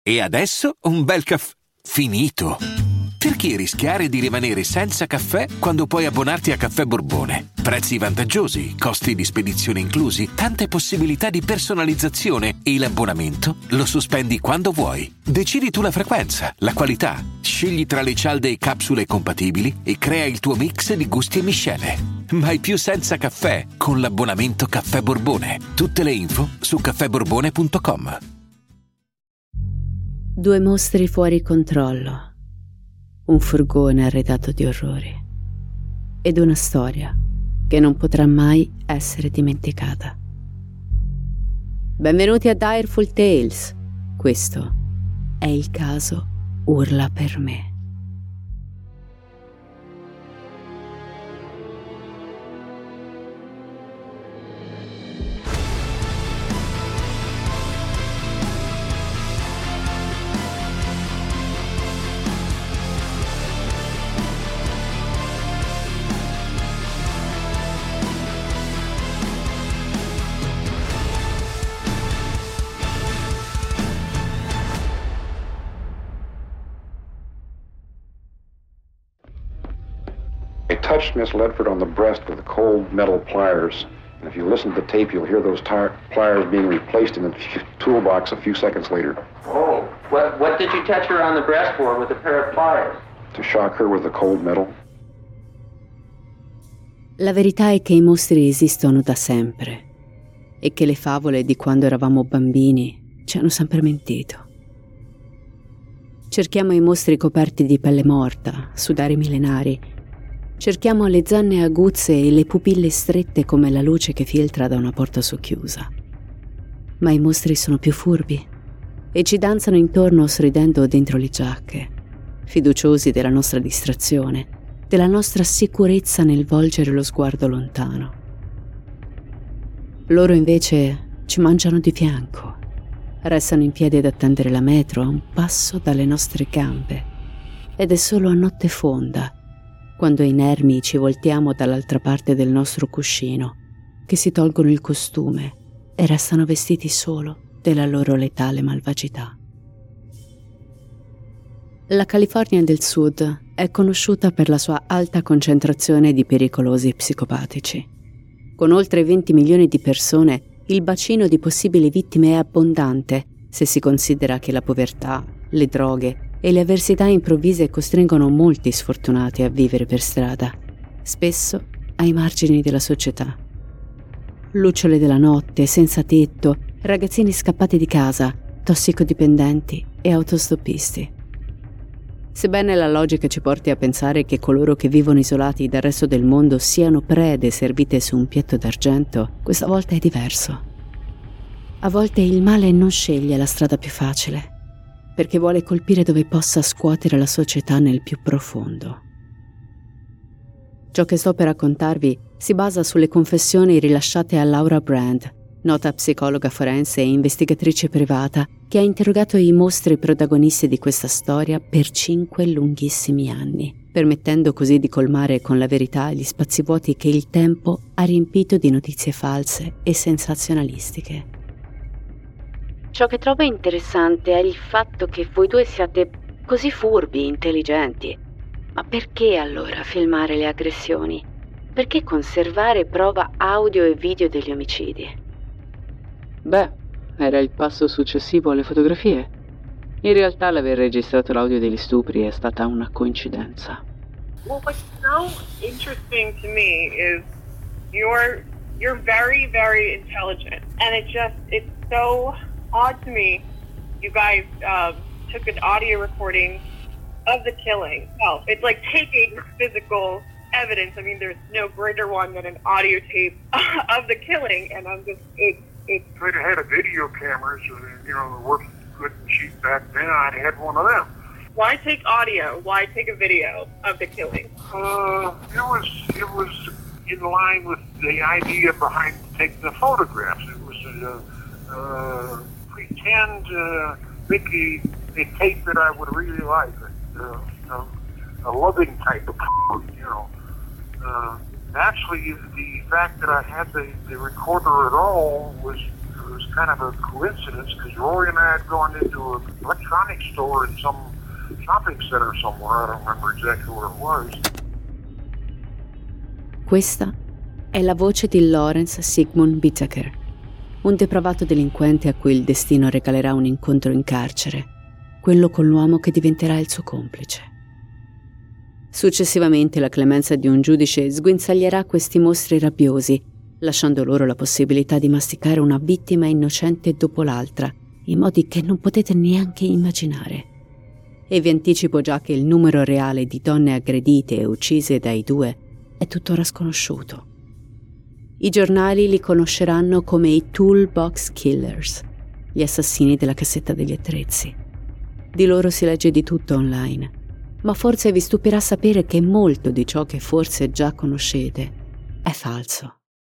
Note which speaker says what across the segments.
Speaker 1: E adesso un bel caffè finito. Perché rischiare di rimanere senza caffè quando puoi abbonarti a Caffè Borbone? Prezzi vantaggiosi, costi di spedizione inclusi, tante possibilità di personalizzazione e l'abbonamento lo sospendi quando vuoi. Decidi tu la frequenza, la qualità, scegli tra le cialde e capsule compatibili e crea il tuo mix di gusti e miscele. Mai più senza caffè con l'abbonamento Caffè Borbone. Tutte le info su caffèborbone.com.
Speaker 2: Due mostri fuori controllo, un furgone arredato di orrori ed una storia che non potrà mai essere dimenticata. Benvenuti a Direful Tales. Questo è il caso Urla per me.
Speaker 3: I touched Miss Ledford on the breast with cold metal pliers. And if you listen to the tape, you'll hear those pliers being replaced in the toolbox a few seconds later.
Speaker 4: Oh, what did you touch her on the breast for with a pair of pliers?
Speaker 3: To shock her with the cold metal.
Speaker 2: La verità è che i mostri esistono da sempre e che le favole di quando eravamo bambini ci hanno sempre mentito. Cerchiamo i mostri coperti di pelle morta, sudari millenari. Cerchiamo le zanne aguzze e le pupille strette come la luce che filtra da una porta socchiusa. Ma i mostri sono più furbi e ci danzano intorno sorridendo dentro le giacche, fiduciosi della nostra distrazione, della nostra sicurezza nel volgere lo sguardo lontano. Loro invece ci mangiano di fianco, restano in piedi ad attendere la metro a un passo dalle nostre gambe ed è solo a notte fonda, quando inermi ci voltiamo dall'altra parte del nostro cuscino, che si tolgono il costume e restano vestiti solo della loro letale malvagità. La California del Sud è conosciuta per la sua alta concentrazione di pericolosi psicopatici. Con oltre 20 milioni di persone, il bacino di possibili vittime è abbondante se si considera che la povertà, le droghe e le avversità improvvise costringono molti sfortunati a vivere per strada, spesso ai margini della società. Lucciole della notte, senza tetto, ragazzini scappati di casa, tossicodipendenti e autostoppisti. Sebbene la logica ci porti a pensare che coloro che vivono isolati dal resto del mondo siano prede servite su un piatto d'argento, questa volta è diverso. A volte il male non sceglie la strada più facile, perché vuole colpire dove possa scuotere la società nel più profondo. Ciò che sto per raccontarvi si basa sulle confessioni rilasciate a Laura Brand, nota psicologa forense e investigatrice privata che ha interrogato i mostri protagonisti di questa storia per 5 lunghissimi anni, permettendo così di colmare con la verità gli spazi vuoti che il tempo ha riempito di notizie false e sensazionalistiche. Ciò che trovo interessante è il fatto che voi due siate così furbi, intelligenti. Ma perché allora filmare le aggressioni? Perché conservare prova audio e video degli omicidi?
Speaker 5: Beh, era il passo successivo alle fotografie. In realtà l'aver registrato l'audio degli stupri è stata una coincidenza.
Speaker 6: Well, what's so interesting to me is you're very, very intelligent. And it's so odd to me, you guys took an audio recording of the killing. Well, it's like taking physical evidence. I mean, there's no greater one than an audio tape of the killing, and I'm just, it's...
Speaker 7: If I'd had a video cameras, the working good machine back then, I'd had one of them.
Speaker 6: Why take audio? Why take a video of the killing?
Speaker 7: It was in line with the idea behind taking the photographs. It was pretend make a tape that I would really like, a loving type of, Actually, the fact that I had the recorder at all was kind of a coincidence, because Rory and I had gone into an electronic electronics store in some shopping center somewhere. I don't remember exactly where it was.
Speaker 2: Questa è la voce di Lawrence Sigmund Bittaker, un depravato delinquente a cui il destino regalerà un incontro in carcere, quello con l'uomo che diventerà il suo complice. Successivamente la clemenza di un giudice sguinzaglierà questi mostri rabbiosi, lasciando loro la possibilità di masticare una vittima innocente dopo l'altra, in modi che non potete neanche immaginare. E vi anticipo già che il numero reale di donne aggredite e uccise dai due è tuttora sconosciuto. I giornali li conosceranno come i Toolbox Killers, gli assassini della cassetta degli attrezzi. Di loro si legge di tutto online, ma forse vi stupirà sapere che molto di ciò che forse già conoscete è falso.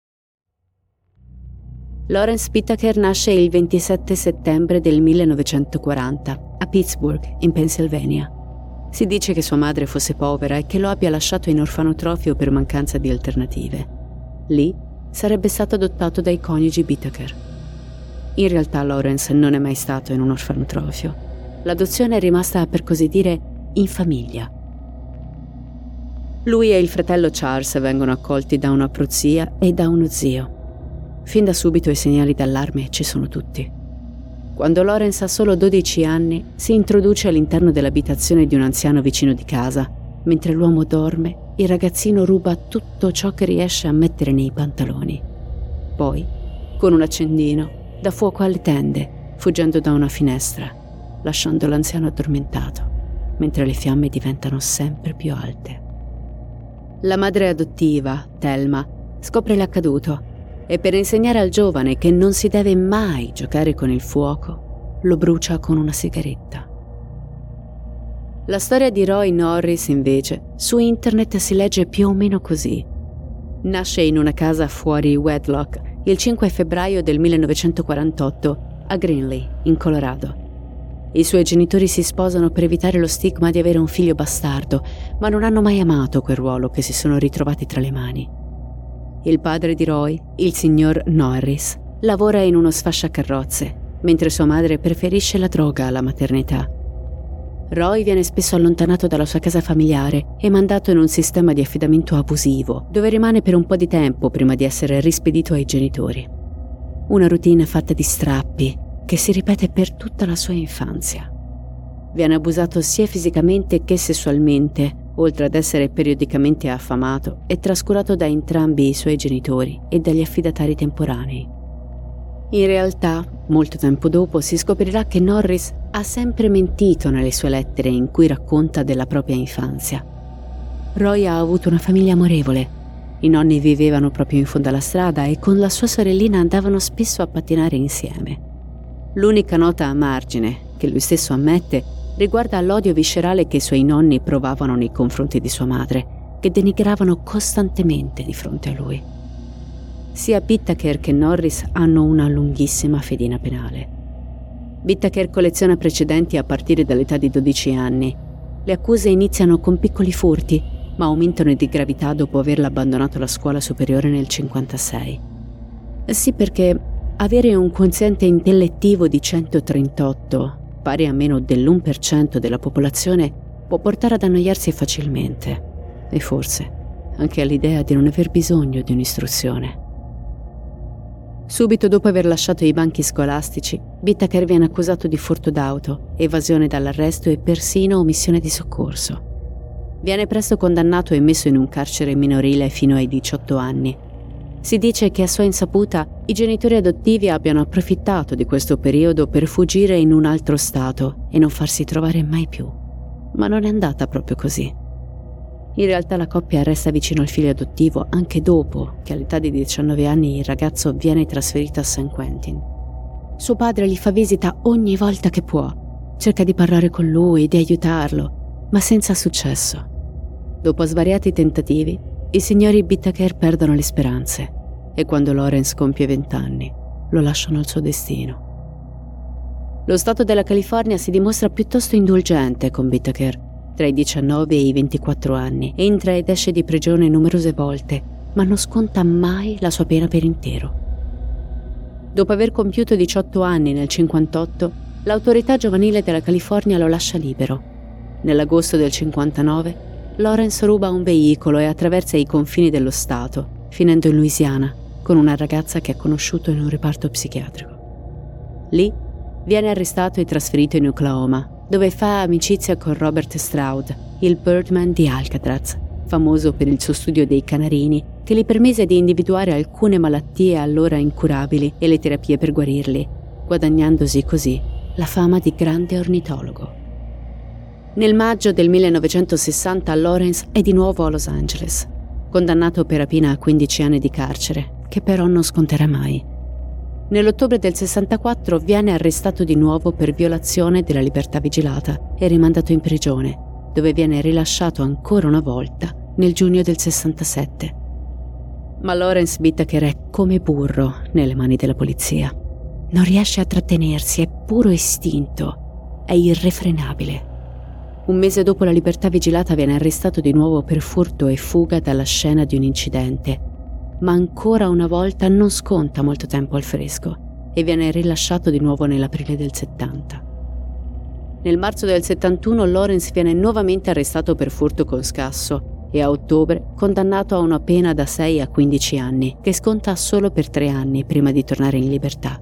Speaker 2: Lawrence Bittaker nasce il 27 settembre del 1940 a Pittsburgh, in Pennsylvania. Si dice che sua madre fosse povera e che lo abbia lasciato in orfanotrofio per mancanza di alternative. Lì sarebbe stato adottato dai coniugi Bittaker. In realtà Lawrence non è mai stato in un orfanotrofio. L'adozione è rimasta, per così dire, in famiglia. Lui e il fratello Charles vengono accolti da una prozia e da uno zio. Fin da subito i segnali d'allarme ci sono tutti. Quando Lawrence ha solo 12 anni, si introduce all'interno dell'abitazione di un anziano vicino di casa. Mentre l'uomo dorme, il ragazzino ruba tutto ciò che riesce a mettere nei pantaloni. Poi, con un accendino, dà fuoco alle tende, fuggendo da una finestra, lasciando l'anziano addormentato, mentre le fiamme diventano sempre più alte. La madre adottiva, Thelma, scopre l'accaduto e per insegnare al giovane che non si deve mai giocare con il fuoco, lo brucia con una sigaretta. La storia di Roy Norris, invece, su internet si legge più o meno così. Nasce in una casa fuori wedlock il 5 febbraio del 1948 a Greeley, in Colorado. I suoi genitori si sposano per evitare lo stigma di avere un figlio bastardo, ma non hanno mai amato quel ruolo che si sono ritrovati tra le mani. Il padre di Roy, il signor Norris, lavora in uno sfasciacarrozze, mentre sua madre preferisce la droga alla maternità. Roy viene spesso allontanato dalla sua casa familiare e mandato in un sistema di affidamento abusivo, dove rimane per un po' di tempo prima di essere rispedito ai genitori. Una routine fatta di strappi che si ripete per tutta la sua infanzia. Viene abusato sia fisicamente che sessualmente, oltre ad essere periodicamente affamato e trascurato da entrambi i suoi genitori e dagli affidatari temporanei. In realtà, molto tempo dopo, si scoprirà che Norris ha sempre mentito nelle sue lettere in cui racconta della propria infanzia. Roy ha avuto una famiglia amorevole. I nonni vivevano proprio in fondo alla strada e con la sua sorellina andavano spesso a pattinare insieme. L'unica nota a margine, che lui stesso ammette, riguarda l'odio viscerale che i suoi nonni provavano nei confronti di sua madre, che denigravano costantemente di fronte a lui. Sia Bittaker che Norris hanno una lunghissima fedina penale. Bittaker colleziona precedenti a partire dall'età di 12 anni. Le accuse iniziano con piccoli furti, ma aumentano di gravità dopo averla abbandonato la scuola superiore nel 1956. Sì, perché avere un quoziente intellettivo di 138, pari a meno dell'1% della popolazione, può portare ad annoiarsi facilmente e forse anche all'idea di non aver bisogno di un'istruzione. Subito dopo aver lasciato i banchi scolastici, Bittaker viene accusato di furto d'auto, evasione dall'arresto e persino omissione di soccorso. Viene presto condannato e messo in un carcere minorile fino ai 18 anni. Si dice che a sua insaputa i genitori adottivi abbiano approfittato di questo periodo per fuggire in un altro stato e non farsi trovare mai più. Ma non è andata proprio così. In realtà la coppia resta vicino al figlio adottivo anche dopo che all'età di 19 anni il ragazzo viene trasferito a San Quentin. Suo padre gli fa visita ogni volta che può, cerca di parlare con lui, di aiutarlo, ma senza successo. Dopo svariati tentativi, i signori Bittaker perdono le speranze e quando Lawrence compie 20 anni lo lasciano al suo destino. Lo stato della California si dimostra piuttosto indulgente con Bittaker. Tra i 19 e i 24 anni entra ed esce di prigione numerose volte, ma non sconta mai la sua pena per intero. Dopo aver compiuto 18 anni nel 1958, l'autorità giovanile della California lo lascia libero. Nell'agosto del 59, Lawrence ruba un veicolo e attraversa i confini dello Stato, finendo in Louisiana, con una ragazza che ha conosciuto in un reparto psichiatrico. Lì viene arrestato e trasferito in Oklahoma, dove fa amicizia con Robert Stroud, il Birdman di Alcatraz, famoso per il suo studio dei canarini, che gli permise di individuare alcune malattie allora incurabili e le terapie per guarirli, guadagnandosi così la fama di grande ornitologo. Nel maggio del 1960 Lawrence è di nuovo a Los Angeles, condannato per rapina a 15 anni di carcere, che però non sconterà mai. Nell'ottobre del 64 viene arrestato di nuovo per violazione della libertà vigilata e rimandato in prigione, dove viene rilasciato ancora una volta nel giugno del 67. Ma Lawrence Whittaker è come burro nelle mani della polizia. Non riesce a trattenersi, è puro istinto, è irrefrenabile. Un mese dopo la libertà vigilata viene arrestato di nuovo per furto e fuga dalla scena di un incidente, ma ancora una volta non sconta molto tempo al fresco e viene rilasciato di nuovo nell'aprile del 70. Nel marzo del 71 Lawrence viene nuovamente arrestato per furto con scasso e a ottobre condannato a una pena da 6 a 15 anni, che sconta solo per 3 anni prima di tornare in libertà.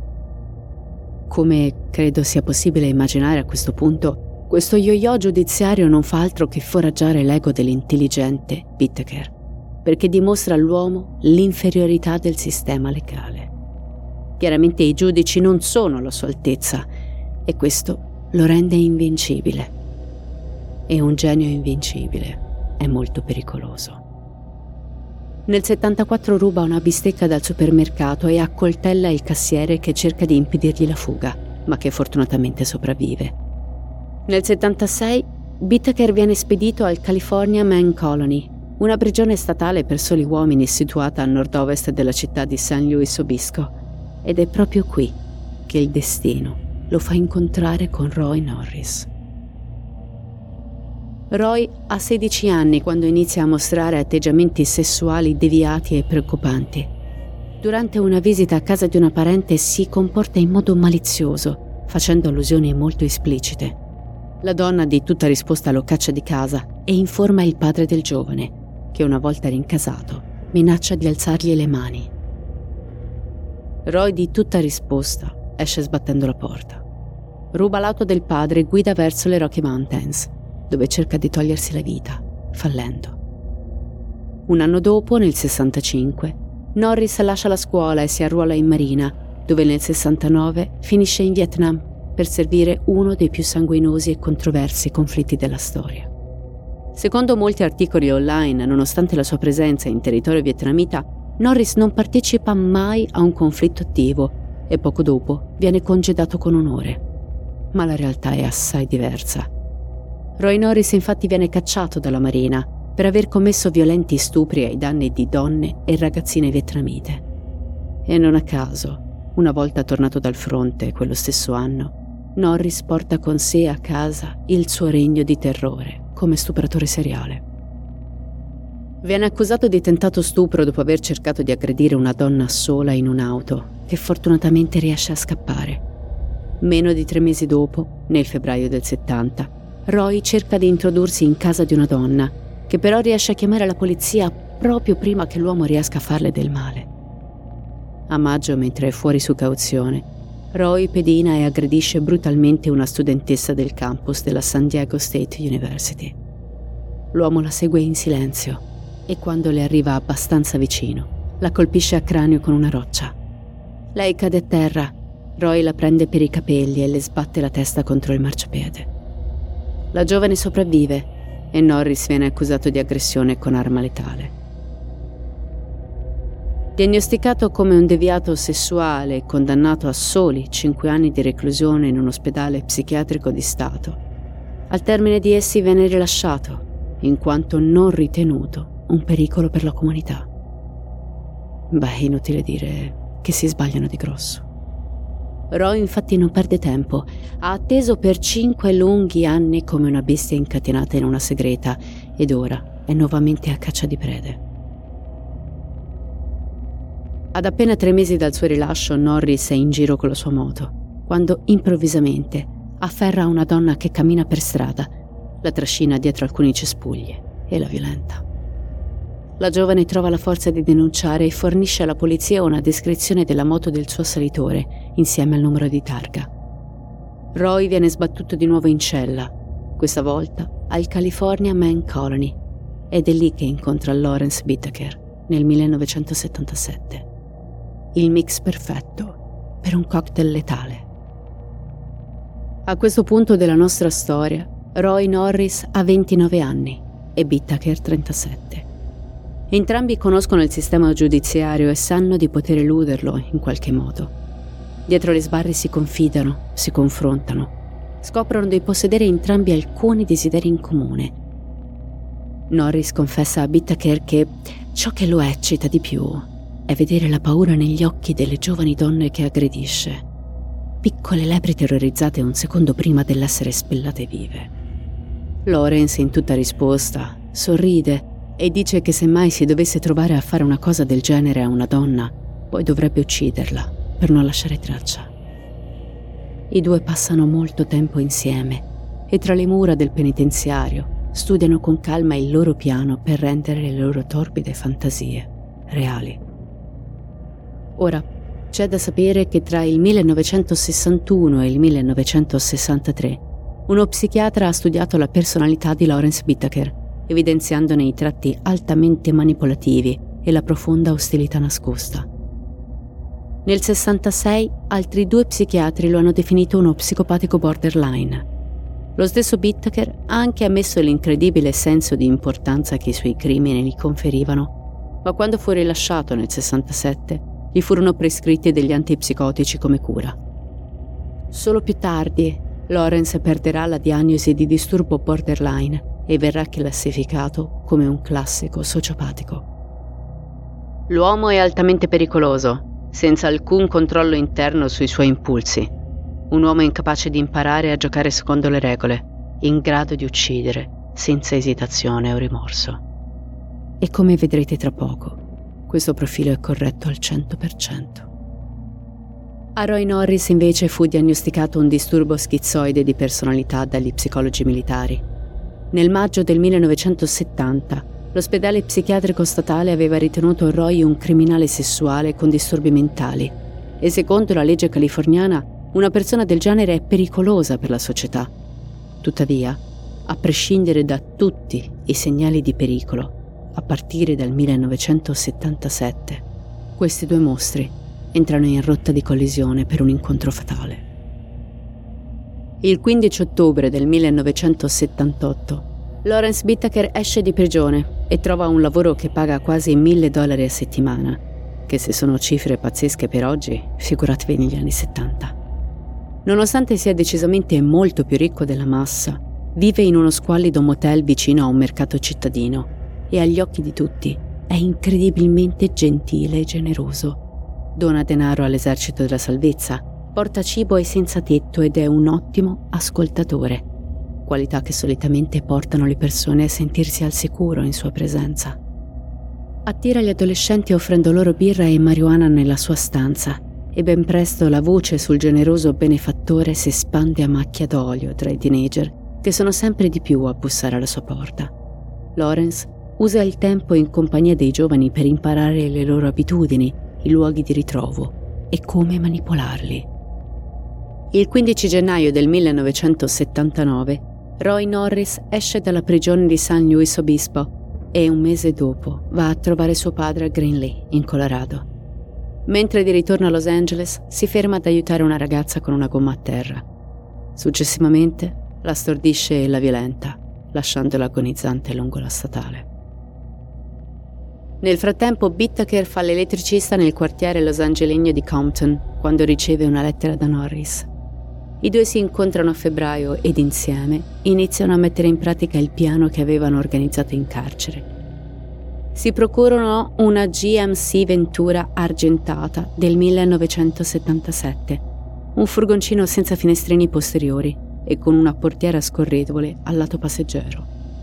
Speaker 2: Come credo sia possibile immaginare a questo punto, questo yo-yo giudiziario non fa altro che foraggiare l'ego dell'intelligente Whittaker, perché dimostra all'uomo l'inferiorità del sistema legale. Chiaramente i giudici non sono alla sua altezza e questo lo rende invincibile. E un genio invincibile è molto pericoloso. Nel 74 ruba una bistecca dal supermercato e accoltella il cassiere che cerca di impedirgli la fuga, ma che fortunatamente sopravvive. Nel 76 Whittaker viene spedito al California Man Colony, una prigione statale per soli uomini situata a nord-ovest della città di San Luis Obispo, ed è proprio qui che il destino lo fa incontrare con Roy Norris. Roy ha 16 anni quando inizia a mostrare atteggiamenti sessuali deviati e preoccupanti. Durante una visita a casa di una parente si comporta in modo malizioso, facendo allusioni molto esplicite. La donna di tutta risposta lo caccia di casa e informa il padre del giovane, che una volta rincasato minaccia di alzargli le mani. Roy di tutta risposta esce sbattendo la porta. Ruba l'auto del padre e guida verso le Rocky Mountains, dove cerca di togliersi la vita, fallendo. Un anno dopo, nel 65, Norris lascia la scuola e si arruola in marina, dove nel 69 finisce in Vietnam per servire uno dei più sanguinosi e controversi conflitti della storia. Secondo molti articoli online, nonostante la sua presenza in territorio vietnamita, Norris non partecipa mai a un conflitto attivo e poco dopo viene congedato con onore. Ma la realtà è assai diversa. Roy Norris infatti viene cacciato dalla Marina per aver commesso violenti stupri ai danni di donne e ragazzine vietnamite. E non a caso, una volta tornato dal fronte quello stesso anno, Norris porta con sé a casa il suo regno di terrore come stupratore seriale. Viene accusato di tentato stupro dopo aver cercato di aggredire una donna sola in un'auto, che fortunatamente riesce a scappare. Meno di 3 mesi dopo, nel febbraio del 70, Roy cerca di introdursi in casa di una donna, che però riesce a chiamare la polizia proprio prima che l'uomo riesca a farle del male. A maggio, mentre è fuori su cauzione, Roy pedina e aggredisce brutalmente una studentessa del campus della San Diego State University. L'uomo la segue in silenzio e quando le arriva abbastanza vicino, la colpisce a cranio con una roccia. Lei cade a terra, Roy la prende per i capelli e le sbatte la testa contro il marciapiede. La giovane sopravvive e Norris viene accusato di aggressione con arma letale. Diagnosticato come un deviato sessuale e condannato a soli 5 anni di reclusione in un ospedale psichiatrico di Stato, al termine di essi viene rilasciato, in quanto non ritenuto un pericolo per la comunità. Beh, inutile dire che si sbagliano di grosso. Roy infatti non perde tempo, ha atteso per 5 lunghi anni come una bestia incatenata in una segreta ed ora è nuovamente a caccia di prede. Ad appena 3 mesi dal suo rilascio, Norris è in giro con la sua moto. quando improvvisamente afferra una donna che cammina per strada, la trascina dietro alcuni cespugli e la violenta. La giovane trova la forza di denunciare e fornisce alla polizia una descrizione della moto del suo assalitore insieme al numero di targa. Roy viene sbattuto di nuovo in cella, questa volta al California Man Colony, ed è lì che incontra Lawrence Bittaker nel 1977. Il mix perfetto per un cocktail letale. A questo punto della nostra storia, Roy Norris ha 29 anni e Bittaker 37. Entrambi conoscono il sistema giudiziario e sanno di poter eluderlo in qualche modo. Dietro le sbarre si confidano, si confrontano, scoprono di possedere entrambi alcuni desideri in comune. Norris confessa a Bittaker che ciò che lo eccita di più è vedere la paura negli occhi delle giovani donne che aggredisce, piccole lepri terrorizzate un secondo prima dell'essere spellate vive. Lawrence, in tutta risposta, sorride e dice che se mai si dovesse trovare a fare una cosa del genere a una donna, poi dovrebbe ucciderla per non lasciare traccia. I due passano molto tempo insieme e tra le mura del penitenziario studiano con calma il loro piano per rendere le loro torbide fantasie reali. Ora, c'è da sapere che tra il 1961 e il 1963 uno psichiatra ha studiato la personalità di Lawrence Bittaker, evidenziandone i tratti altamente manipolativi e la profonda ostilità nascosta. Nel 66 altri 2 psichiatri lo hanno definito uno psicopatico borderline. Lo stesso Bittaker ha anche ammesso l'incredibile senso di importanza che i suoi crimini gli conferivano, ma quando fu rilasciato nel 67 gli furono prescritti degli antipsicotici come cura. Solo più tardi Lawrence perderà la diagnosi di disturbo borderline e verrà classificato come un classico sociopatico. L'uomo è altamente pericoloso, senza alcun controllo interno sui suoi impulsi. Un uomo incapace di imparare a giocare secondo le regole, in grado di uccidere senza esitazione o rimorso. E come vedrete tra poco, questo profilo è corretto al 100%. A Roy Norris invece fu diagnosticato un disturbo schizoide di personalità dagli psicologi militari. Nel maggio del 1970, l'ospedale psichiatrico statale aveva ritenuto Roy un criminale sessuale con disturbi mentali e secondo la legge californiana una persona del genere è pericolosa per la società. Tuttavia, a prescindere da tutti i segnali di pericolo, a partire dal 1977, questi 2 mostri entrano in rotta di collisione per un incontro fatale. Il 15 ottobre del 1978, Lawrence Bittaker esce di prigione e trova un lavoro che paga quasi $1.000 a settimana, che se sono cifre pazzesche per oggi, figuratevi negli anni 70. Nonostante sia decisamente molto più ricco della massa, vive in uno squallido motel vicino a un mercato cittadino e agli occhi di tutti è incredibilmente gentile e generoso. Dona denaro all'esercito della salvezza, porta cibo ai senza tetto ed è un ottimo ascoltatore, qualità che solitamente portano le persone a sentirsi al sicuro in sua presenza. Attira gli adolescenti offrendo loro birra e marijuana nella sua stanza e ben presto la voce sul generoso benefattore si espande a macchia d'olio tra i teenager che sono sempre di più a bussare alla sua porta. Lawrence usa il tempo in compagnia dei giovani per imparare le loro abitudini, i luoghi di ritrovo e come manipolarli. Il 15 gennaio del 1979 Roy Norris esce dalla prigione di San Luis Obispo e un mese dopo va a trovare suo padre a Greenlee, in Colorado. Mentre di ritorno a Los Angeles si ferma ad aiutare una ragazza con una gomma a terra. Successivamente la stordisce e la violenta, lasciandola agonizzante lungo la statale. Nel frattempo Bittaker fa l'elettricista nel quartiere losangelegno di Compton quando riceve una lettera da Norris. I 2 si incontrano a febbraio ed insieme iniziano a mettere in pratica il piano che avevano organizzato in carcere. Si procurano una GMC Ventura argentata del 1977, un furgoncino senza finestrini posteriori e con una portiera scorrevole al lato passeggero.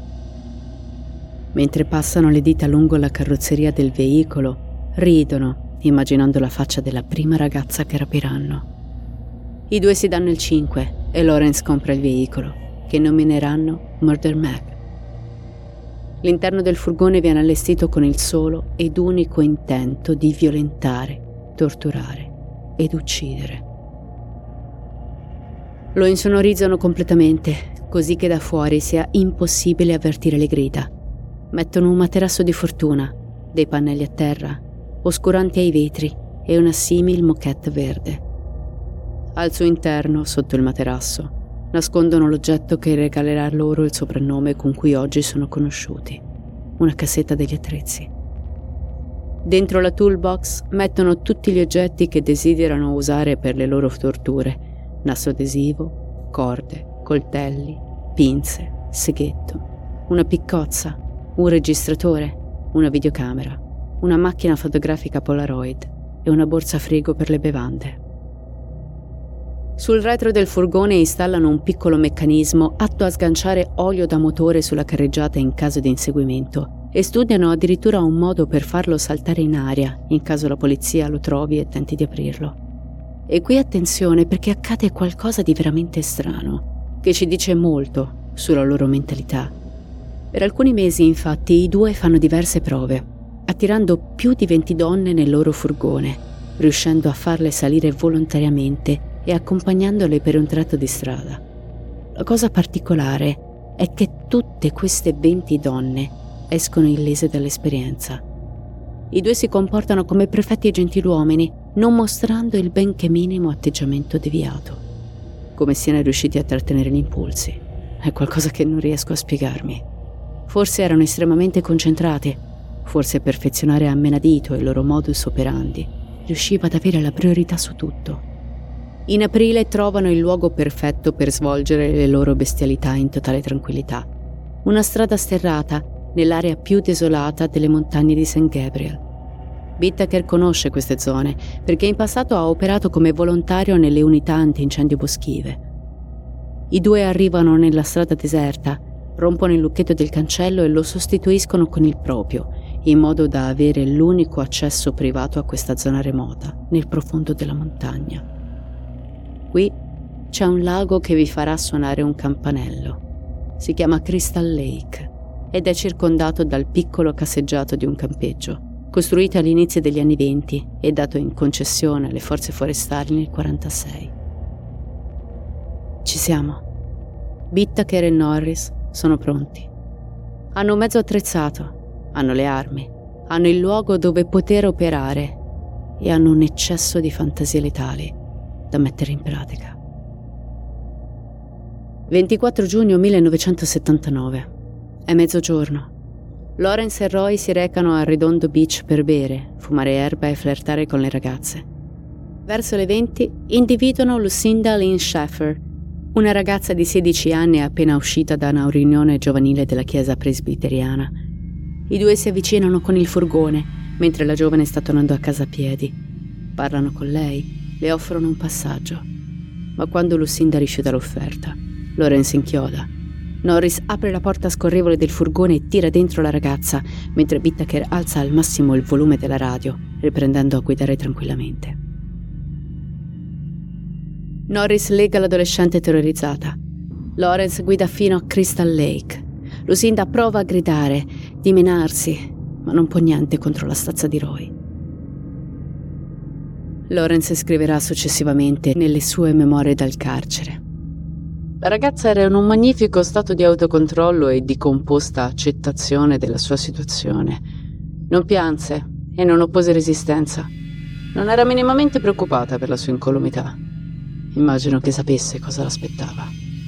Speaker 2: Mentre passano le dita lungo la carrozzeria del veicolo, ridono, immaginando la faccia della prima ragazza che rapiranno. I due si danno il 5 e Lawrence compra il veicolo, che nomineranno Murder Mag. L'interno del furgone viene allestito con il solo ed unico intento di violentare, torturare ed uccidere. Lo insonorizzano completamente, così che da fuori sia impossibile avvertire le grida. Mettono un materasso di fortuna, dei pannelli a terra, oscuranti ai vetri e una simil moquette verde. Al suo interno, sotto il materasso, nascondono l'oggetto che regalerà loro il soprannome con cui oggi sono conosciuti, una cassetta degli attrezzi. Dentro la toolbox mettono tutti gli oggetti che desiderano usare per le loro torture: nastro adesivo, corde, coltelli, pinze, seghetto, una piccozza, un registratore, una videocamera, una macchina fotografica Polaroid e una borsa frigo per le bevande. Sul retro del furgone installano un piccolo meccanismo atto a sganciare olio da motore sulla carreggiata in caso di inseguimento e studiano addirittura un modo per farlo saltare in aria in caso la polizia lo trovi e tenti di aprirlo. E qui attenzione, perché accade qualcosa di veramente strano, che ci dice molto sulla loro mentalità. Per alcuni mesi, infatti, i due fanno diverse prove, attirando più di 20 donne nel loro furgone, riuscendo a farle salire volontariamente e accompagnandole per un tratto di strada. La cosa particolare è che tutte queste 20 donne escono illese dall'esperienza. I due si comportano come perfetti gentiluomini, non mostrando il benché minimo atteggiamento deviato. Come siano riusciti a trattenere gli impulsi è qualcosa che non riesco a spiegarmi. Forse erano estremamente concentrati, forse perfezionare a menadito il loro modus operandi riusciva ad avere la priorità su tutto. In aprile trovano il luogo perfetto per svolgere le loro bestialità in totale tranquillità. Una strada sterrata nell'area più desolata delle montagne di St. Gabriel. Whittaker conosce queste zone perché in passato ha operato come volontario nelle unità antincendio boschive. I due arrivano nella strada deserta, rompono il lucchetto del cancello e lo sostituiscono con il proprio, in modo da avere l'unico accesso privato a questa zona remota, nel profondo della montagna. Qui c'è un lago che vi farà suonare un campanello. Si chiama Crystal Lake ed è circondato dal piccolo casseggiato di un campeggio, costruito all'inizio degli anni 20 e dato in concessione alle forze forestali nel 1946. Ci siamo. Whittaker e Norris sono pronti. Hanno un mezzo attrezzato, hanno le armi, hanno il luogo dove poter operare e hanno un eccesso di fantasie letali da mettere in pratica. 24 giugno 1979. È mezzogiorno. Lawrence e Roy si recano a Redondo Beach per bere, fumare erba e flirtare con le ragazze. Verso le 20 individuano Lucinda Lynn Shaffer, una ragazza di 16 anni appena uscita da una riunione giovanile della chiesa presbiteriana. I due si avvicinano con il furgone, mentre la giovane sta tornando a casa a piedi. Parlano con lei, le offrono un passaggio. Ma quando Lucinda rifiuta l'offerta, Lawrence inchioda. Norris apre la porta scorrevole del furgone e tira dentro la ragazza, mentre Whittaker alza al massimo il volume della radio, riprendendo a guidare tranquillamente. Norris lega l'adolescente terrorizzata. Lawrence guida fino a Crystal Lake. Lucinda prova a gridare, di menarsi, ma non può niente contro la stazza di Roy. Lawrence scriverà successivamente nelle sue memorie dal carcere: la ragazza era in un magnifico stato di autocontrollo e di composta accettazione della sua situazione. Non pianse e non oppose resistenza. Non era minimamente preoccupata per la sua incolumità. Immagino che sapesse cosa l'aspettava.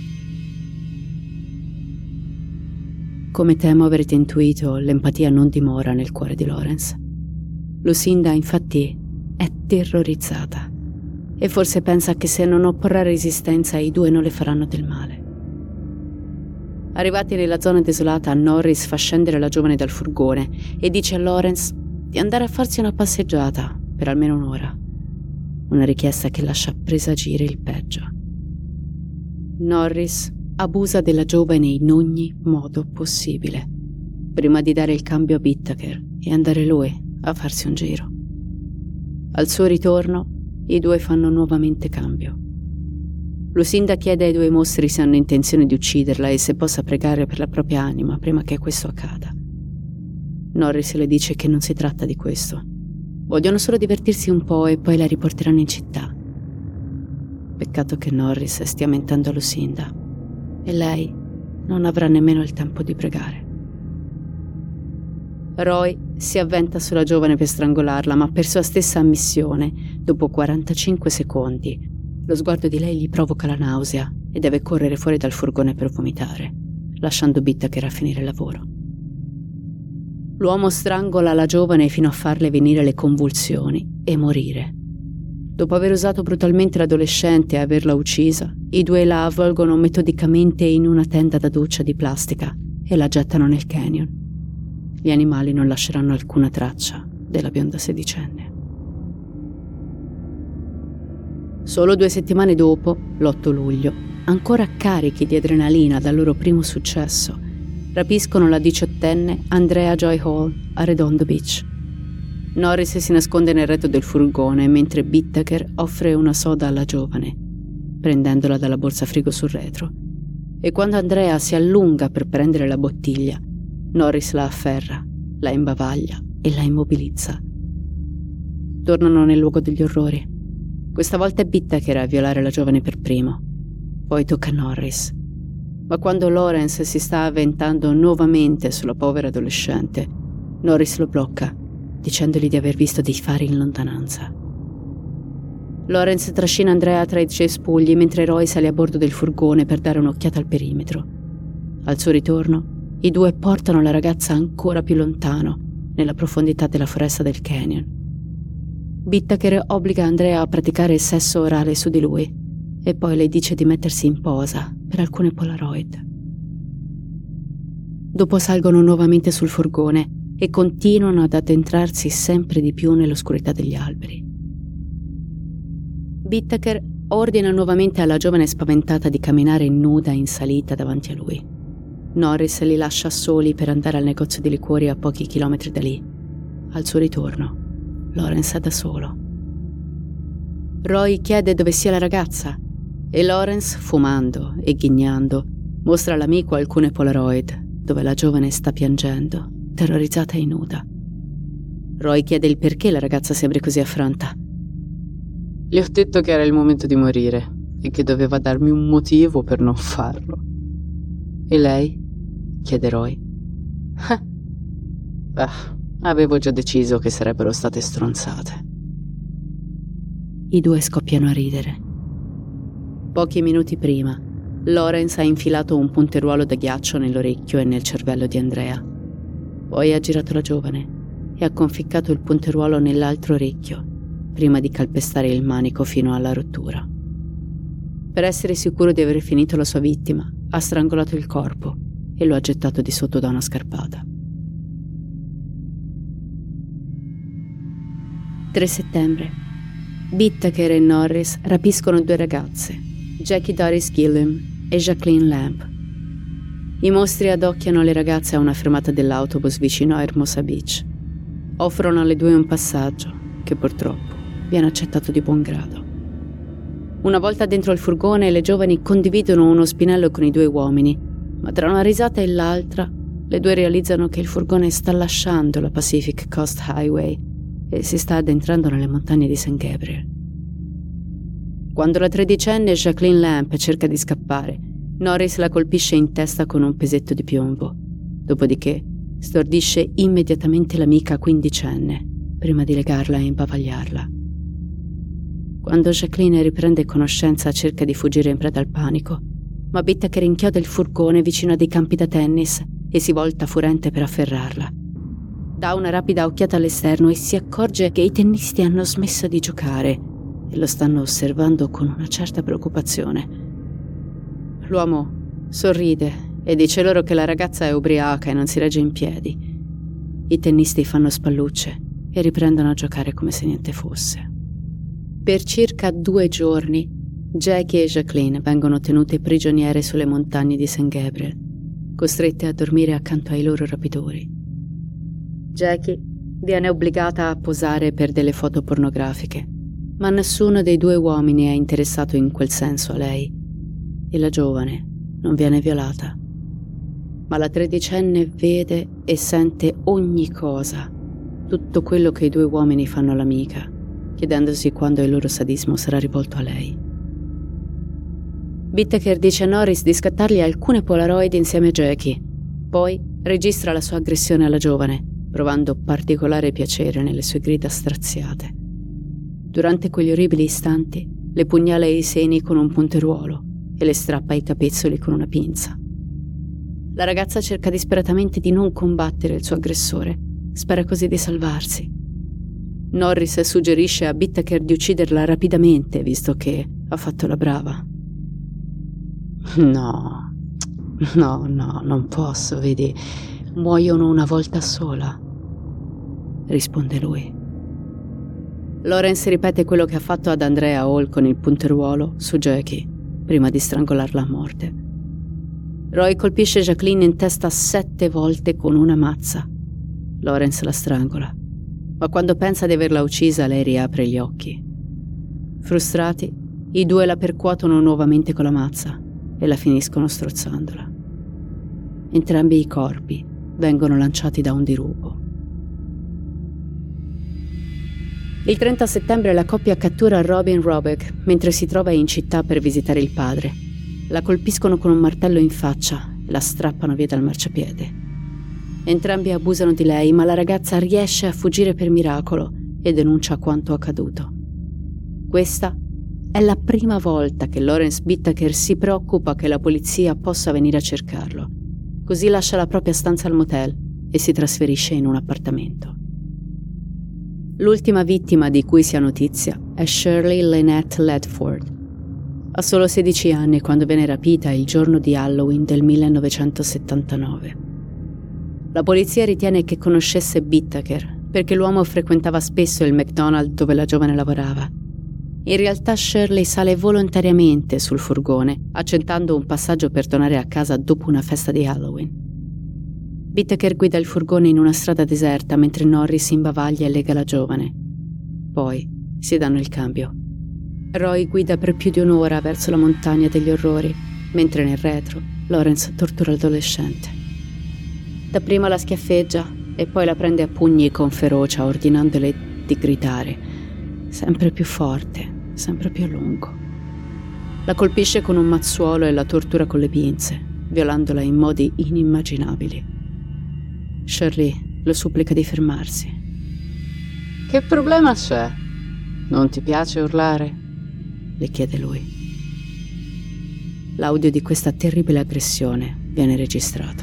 Speaker 2: Come temo avrete intuito, l'empatia non dimora nel cuore di Lawrence. Lucinda, infatti, è terrorizzata e forse pensa che se non opporrà resistenza i due non le faranno del male. Arrivati nella zona desolata, Norris fa scendere la giovane dal furgone e dice a Lawrence di andare a farsi una passeggiata per almeno un'ora. Una richiesta che lascia presagire il peggio. Norris abusa della giovane in ogni modo possibile, prima di dare il cambio a Whittaker e andare lui a farsi un giro. Al suo ritorno, i due fanno nuovamente cambio. Lucinda chiede ai due mostri se hanno intenzione di ucciderla e se possa pregare per la propria anima prima che questo accada. Norris le dice che non si tratta di questo. Vogliono solo divertirsi un po' e poi la riporteranno in città. Peccato che Norris stia mentendo a Lucinda e lei non avrà nemmeno il tempo di pregare. Roy si avventa sulla giovane per strangolarla, ma per sua stessa ammissione, dopo 45 secondi, lo sguardo di lei gli provoca la nausea e deve correre fuori dal furgone per vomitare, lasciando Bittaker a finire il lavoro. L'uomo strangola la giovane fino a farle venire le convulsioni e morire. Dopo aver usato brutalmente l'adolescente e averla uccisa, i due la avvolgono metodicamente in una tenda da doccia di plastica e la gettano nel canyon. Gli animali non lasceranno alcuna traccia della bionda sedicenne. Solo 2 settimane dopo, l'8 luglio, ancora carichi di adrenalina dal loro primo successo, rapiscono la 18enne Andrea Joy Hall a Redondo Beach. Norris si nasconde nel retro del furgone mentre Bittaker offre una soda alla giovane, prendendola dalla borsa frigo sul retro. E quando Andrea si allunga per prendere la bottiglia, Norris la afferra, la imbavaglia e la immobilizza. Tornano nel luogo degli orrori. Questa volta è Bittaker a violare la giovane per primo. Poi tocca a Norris. Ma quando Lawrence si sta avventando nuovamente sulla povera adolescente, Norris lo blocca, dicendogli di aver visto dei fari in lontananza. Lawrence trascina Andrea tra i cespugli mentre Roy sale a bordo del furgone per dare un'occhiata al perimetro. Al suo ritorno, i due portano la ragazza ancora più lontano, nella profondità della foresta del canyon. Bittaker obbliga Andrea a praticare sesso orale su di lui e poi le dice di mettersi in posa per alcune Polaroid. Dopo salgono nuovamente sul furgone e continuano ad addentrarsi sempre di più nell'oscurità degli alberi. Bittaker ordina nuovamente alla giovane spaventata di camminare nuda in salita davanti a lui. Norris li lascia soli per andare al negozio di liquori a pochi chilometri da lì. Al suo ritorno, Lawrence è da solo. Roy chiede dove sia la ragazza e Lawrence, fumando e ghignando, mostra all'amico alcune Polaroid dove la giovane sta piangendo, terrorizzata e nuda. Roy chiede il perché la ragazza sembri così affranta.
Speaker 5: Gli ho detto che era il momento di morire e che doveva darmi un motivo per non farlo. E lei? Chiede Roy. Avevo già deciso che sarebbero state stronzate.
Speaker 2: I due scoppiano a ridere. Pochi minuti prima, Lawrence ha infilato un punteruolo da ghiaccio nell'orecchio e nel cervello di Andrea. Poi ha girato la giovane e ha conficcato il punteruolo nell'altro orecchio, prima di calpestare il manico fino alla rottura. Per essere sicuro di aver finito la sua vittima, ha strangolato il corpo e lo ha gettato di sotto da una scarpata. 3 settembre. Bittaker e Norris rapiscono 2 ragazze, Jackie Doris Gilliam e Jacqueline Lamb. I mostri adocchiano le ragazze a una fermata dell'autobus vicino a Hermosa Beach. Offrono alle 2 un passaggio, che purtroppo viene accettato di buon grado. Una volta dentro il furgone, le giovani condividono uno spinello con i 2 uomini, ma tra una risata e l'altra, le 2 realizzano che il furgone sta lasciando la Pacific Coast Highway e si sta addentrando nelle montagne di St. Gabriel. Quando la 13enne Jacqueline Lamb cerca di scappare, Norris la colpisce in testa con un pesetto di piombo. Dopodiché stordisce immediatamente l'amica 15enne, prima di legarla e imbavagliarla. Quando Jacqueline riprende conoscenza cerca di fuggire in preda al panico, ma Bittaker inchioda il furgone vicino a dei campi da tennis e si volta furente per afferrarla. Dà una rapida occhiata all'esterno e si accorge che i tennisti hanno smesso di giocare e lo stanno osservando con una certa preoccupazione. L'uomo sorride e dice loro che la ragazza è ubriaca e non si regge in piedi. I tennisti fanno spallucce e riprendono a giocare come se niente fosse. Per circa 2 giorni, Jackie e Jacqueline vengono tenute prigioniere sulle montagne di St. Gabriel, costrette a dormire accanto ai loro rapitori. Jackie viene obbligata a posare per delle foto pornografiche, ma nessuno dei 2 uomini è interessato in quel senso a lei e la giovane non viene violata. Ma la 13enne vede e sente ogni cosa, tutto quello che i due uomini fanno all'amica, chiedendosi quando il loro sadismo sarà rivolto a lei. Whittaker dice a Norris di scattargli alcune Polaroid insieme a Jackie, poi registra la sua aggressione alla giovane, provando particolare piacere nelle sue grida straziate. Durante quegli orribili istanti le pugnala ai seni con un punteruolo e le strappa i capezzoli con una pinza. La ragazza cerca disperatamente di non combattere il suo aggressore, spera così di salvarsi. Norris suggerisce a Whittaker di ucciderla rapidamente, visto che ha fatto la brava. No, non posso, vedi, muoiono una volta sola, risponde lui. Lawrence ripete quello che ha fatto ad Andrea Hall con il punteruolo su Jackie, prima di strangolarla a morte. Roy colpisce Jacqueline in testa 7 volte con una mazza. Lawrence la strangola, ma quando pensa di averla uccisa lei riapre gli occhi. Frustrati, i due la percuotono nuovamente con la mazza e la finiscono strozzandola. Entrambi i corpi vengono lanciati da un dirupo. Il 30 settembre la coppia cattura Robin Robeck mentre si trova in città per visitare il padre. La colpiscono con un martello in faccia e la strappano via dal marciapiede. Entrambi abusano di lei, ma la ragazza riesce a fuggire per miracolo e denuncia quanto accaduto. Questa è la prima volta che Lawrence Whittaker si preoccupa che la polizia possa venire a cercarlo. Così lascia la propria stanza al motel e si trasferisce in un appartamento. L'ultima vittima di cui si ha notizia è Shirley Lynette Ledford. Ha solo 16 anni quando viene rapita il giorno di Halloween del 1979. La polizia ritiene che conoscesse Whittaker perché l'uomo frequentava spesso il McDonald's dove la giovane lavorava. In realtà Shirley sale volontariamente sul furgone, accentando un passaggio per tornare a casa dopo una festa di Halloween. Whittaker guida il furgone in una strada deserta mentre Norris imbavaglia e lega la giovane. Poi si danno il cambio. Roy guida per più di un'ora verso la montagna degli orrori, mentre nel retro Lawrence tortura l'adolescente. Dapprima la schiaffeggia e poi la prende a pugni con ferocia, ordinandole di gridare, sempre più forte, sempre più a lungo. La colpisce con un mazzuolo e la tortura con le pinze, violandola in modi inimmaginabili. Shirley lo supplica di fermarsi.
Speaker 5: Che problema c'è? Non ti piace urlare?
Speaker 2: Le chiede lui. L'audio di questa terribile aggressione viene registrato.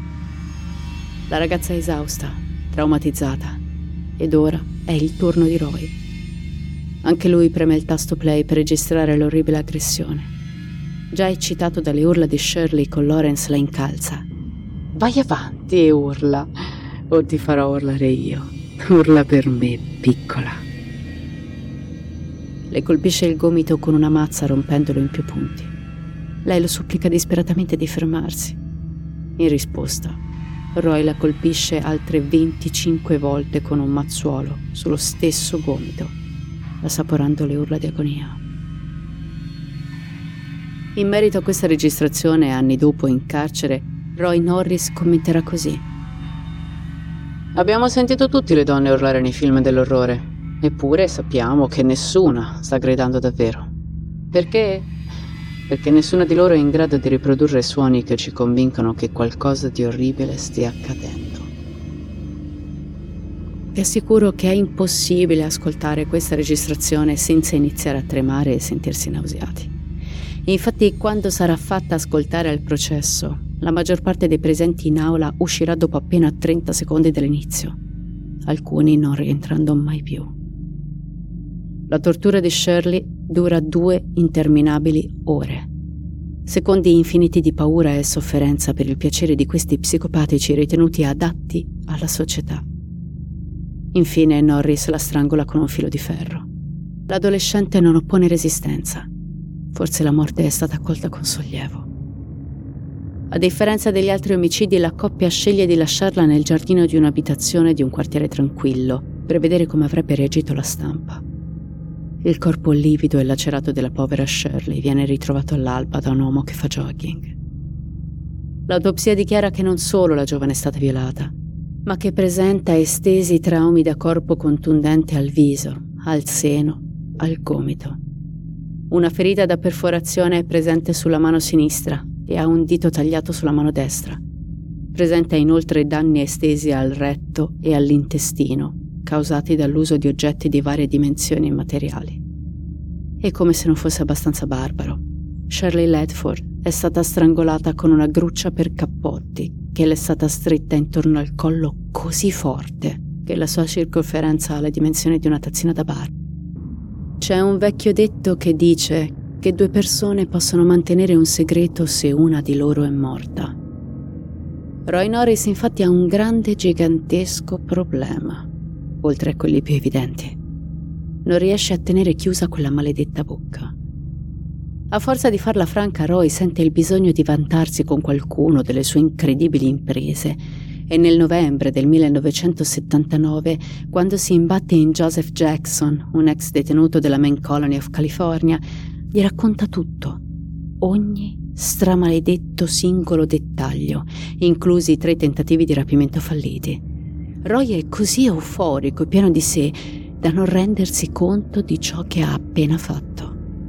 Speaker 2: La ragazza è esausta, traumatizzata, ed ora è il turno di Roy. Anche lui preme il tasto play per registrare l'orribile aggressione. Già eccitato dalle urla di Shirley, con Lawrence la incalza.
Speaker 5: Vai avanti e urla, o ti farò urlare io. Urla per me, piccola.
Speaker 2: Le colpisce il gomito con una mazza rompendolo in più punti. Lei lo supplica disperatamente di fermarsi. In risposta, Roy la colpisce altre 25 volte con un mazzuolo sullo stesso gomito, assaporando le urla di agonia. In merito a questa registrazione, anni dopo in carcere, Roy Norris commenterà così.
Speaker 5: Abbiamo sentito tutti le donne urlare nei film dell'orrore, eppure sappiamo che nessuna sta gridando davvero. Perché? Perché nessuna di loro è in grado di riprodurre suoni che ci convincano che qualcosa di orribile stia accadendo.
Speaker 2: Vi assicuro che è impossibile ascoltare questa registrazione senza iniziare a tremare e sentirsi nauseati. Infatti, quando sarà fatta ascoltare al processo, la maggior parte dei presenti in aula uscirà dopo appena 30 secondi dall'inizio, alcuni non rientrando mai più. La tortura di Shirley dura 2 interminabili ore, secondi infiniti di paura e sofferenza per il piacere di questi psicopatici ritenuti adatti alla società. Infine Norris la strangola con un filo di ferro. L'adolescente non oppone resistenza. Forse la morte è stata accolta con sollievo. A differenza degli altri omicidi, la coppia sceglie di lasciarla nel giardino di un'abitazione di un quartiere tranquillo per vedere come avrebbe reagito la stampa. il corpo livido e lacerato della povera Shirley viene ritrovato all'alba da un uomo che fa jogging. L'autopsia dichiara che non solo la giovane è stata violata, ma che presenta estesi traumi da corpo contundente al viso, al seno, al gomito. Una ferita da perforazione è presente sulla mano sinistra e ha un dito tagliato sulla mano destra. Presenta inoltre danni estesi al retto e all'intestino, causati dall'uso di oggetti di varie dimensioni e materiali. E come se non fosse abbastanza barbaro, Shirley Ledford è stata strangolata con una gruccia per cappotti che le è stata stretta intorno al collo così forte che la sua circonferenza ha le dimensioni di una tazzina da bar. C'è un vecchio detto che dice che 2 persone possono mantenere un segreto se una di loro è morta. Roy Norris infatti ha un grande, gigantesco problema, oltre a quelli più evidenti. Non riesce a tenere chiusa quella maledetta bocca. A forza di farla franca, Roy sente il bisogno di vantarsi con qualcuno delle sue incredibili imprese e nel novembre del 1979, quando si imbatte in Joseph Jackson, un ex detenuto della Main Colony of California, gli racconta tutto, ogni stramaledetto singolo dettaglio, inclusi i 3 tentativi di rapimento falliti. Roy è così euforico e pieno di sé da non rendersi conto di ciò che ha appena fatto.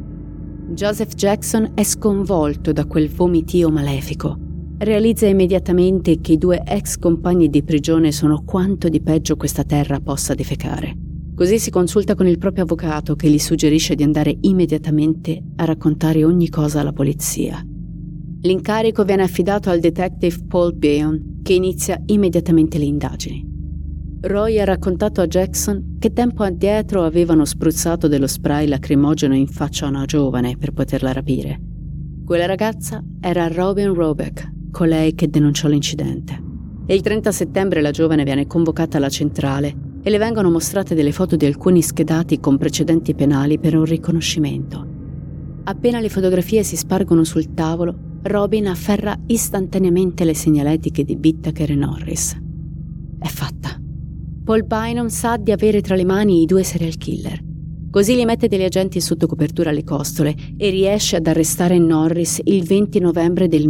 Speaker 2: Joseph Jackson è sconvolto da quel vomitio malefico. Realizza immediatamente che i 2 ex compagni di prigione sono quanto di peggio questa terra possa defecare. Così si consulta con il proprio avvocato che gli suggerisce di andare immediatamente a raccontare ogni cosa alla polizia. L'incarico viene affidato al detective Paul Beon, che inizia immediatamente le indagini. Roy ha raccontato a Jackson che tempo addietro avevano spruzzato dello spray lacrimogeno in faccia a una giovane per poterla rapire. Quella ragazza era Robin Robeck, colei che denunciò l'incidente. E il 30 settembre la giovane viene convocata alla centrale e le vengono mostrate delle foto di alcuni schedati con precedenti penali per un riconoscimento. Appena le fotografie si spargono sul tavolo, Robin afferra istantaneamente le segnaletiche di Bittaker e Norris. È fatta. Paul Bynum sa di avere tra le mani i 2 serial killer. Così li mette degli agenti sotto copertura alle costole e riesce ad arrestare Norris il 20 novembre del